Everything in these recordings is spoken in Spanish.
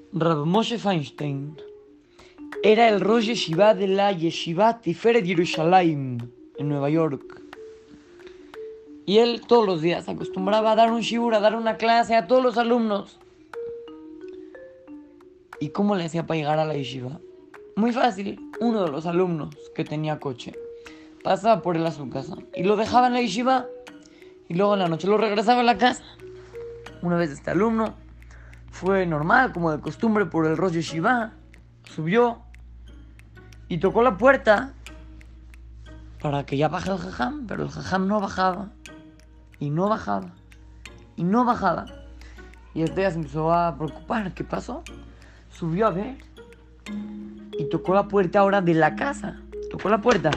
Rav Moshe Feinstein era el Rosh Yeshiva de la Yeshiva Tiferet Yerushalayim en Nueva York. Y él todos los días acostumbraba a dar un shiur, a dar una clase a todos los alumnos. ¿Y cómo le hacía para llegar a la yeshiva? Muy fácil. Uno de los alumnos que tenía coche pasaba por él a su casa y lo dejaba en la yeshiva y luego en la noche lo regresaba a la casa. Una vez este alumno fue normal, como de costumbre, por el Rosh Yeshiva, subió y tocó la puerta para que ya baje el jajam, pero el jajam no bajaba y no bajaba y no bajaba. Y este ya se empezó a preocupar. ¿Qué pasó? Subió a ver y tocó la puerta ahora de la casa. Tocó la puerta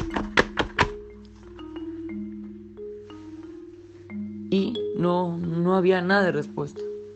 y no había nada de respuesta.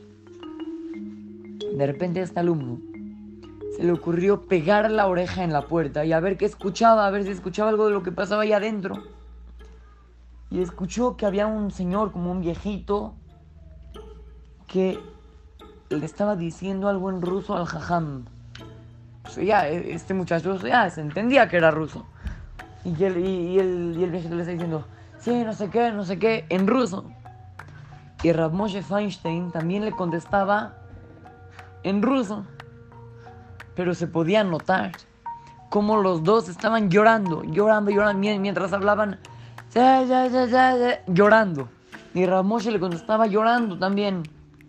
De repente a este alumno se le ocurrió pegar la oreja en la puerta y a ver qué escuchaba, a ver si escuchaba algo de lo que pasaba ahí adentro. Y escuchó que había un señor, como un viejito, que le estaba diciendo algo en ruso al jajam. O sea, ya, este muchacho ya se entendía que era ruso. Y el viejito le está diciendo, sí, no sé qué, en ruso. Y Rav Moshe Feinstein también le contestaba en ruso. Pero se podía notar cómo los dos estaban llorando mientras hablaban, llorando. Y Rav Moshe le contestaba llorando también.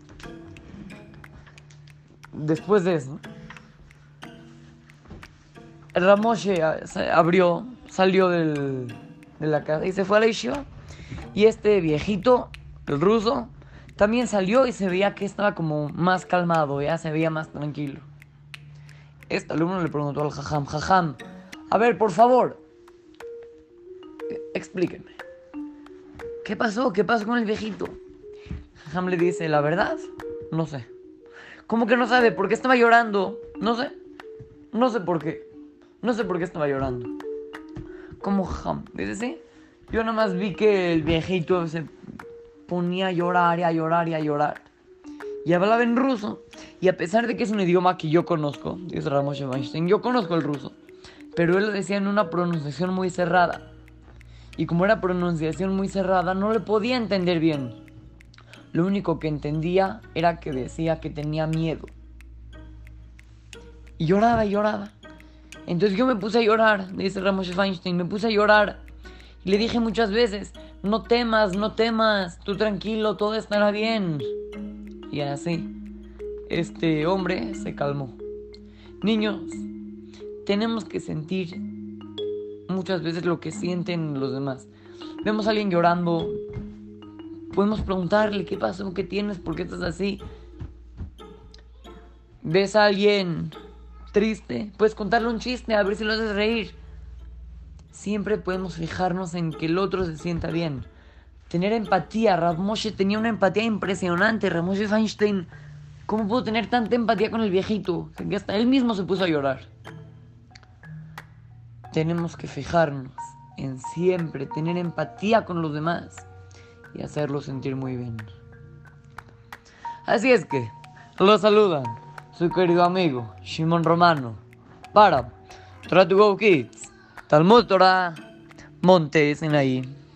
Después de eso, Rav Moshe salió de la casa y se fue a la yeshiva. Y este viejito, el ruso, también salió y se veía que estaba como más calmado, ya se veía más tranquilo. Este alumno le preguntó al jajam, a ver, por favor, explíquenme, ¿qué pasó con el viejito? El jajam le dice, la verdad, no sé. ¿Cómo que no sabe? ¿Por qué estaba llorando? No sé por qué estaba llorando. ¿Cómo, jajam? Dice, sí, yo nada más vi que el viejito se ponía a llorar. Y hablaba en ruso. Y a pesar de que es un idioma que yo conozco, dice Rav Moshe Feinstein, yo conozco el ruso, pero él lo decía en una pronunciación muy cerrada. Y como era pronunciación muy cerrada, no le podía entender bien. Lo único que entendía era que decía que tenía miedo. Y lloraba. Entonces yo me puse a llorar, dice Rav Moshe Feinstein, me puse a llorar. Y le dije muchas veces, no temas, tú tranquilo, todo estará bien. Y así, este hombre se calmó. Niños, tenemos que sentir muchas veces lo que sienten los demás. Vemos a alguien llorando, podemos preguntarle, ¿qué pasó? ¿Qué tienes? ¿Por qué estás así? ¿Ves a alguien triste? Puedes contarle un chiste, a ver si lo haces reír. Siempre podemos fijarnos en que el otro se sienta bien. Tener empatía. Rav Moshe tenía una empatía impresionante. Rav Moshe Feinstein, ¿cómo pudo tener tanta empatía con el viejito? Que hasta él mismo se puso a llorar. Tenemos que fijarnos en siempre tener empatía con los demás y hacerlos sentir muy bien. Así es que, los saludan su querido amigo Shimon Romano para Torah to Go Kids, Talmud Torah, Monte Sinaí.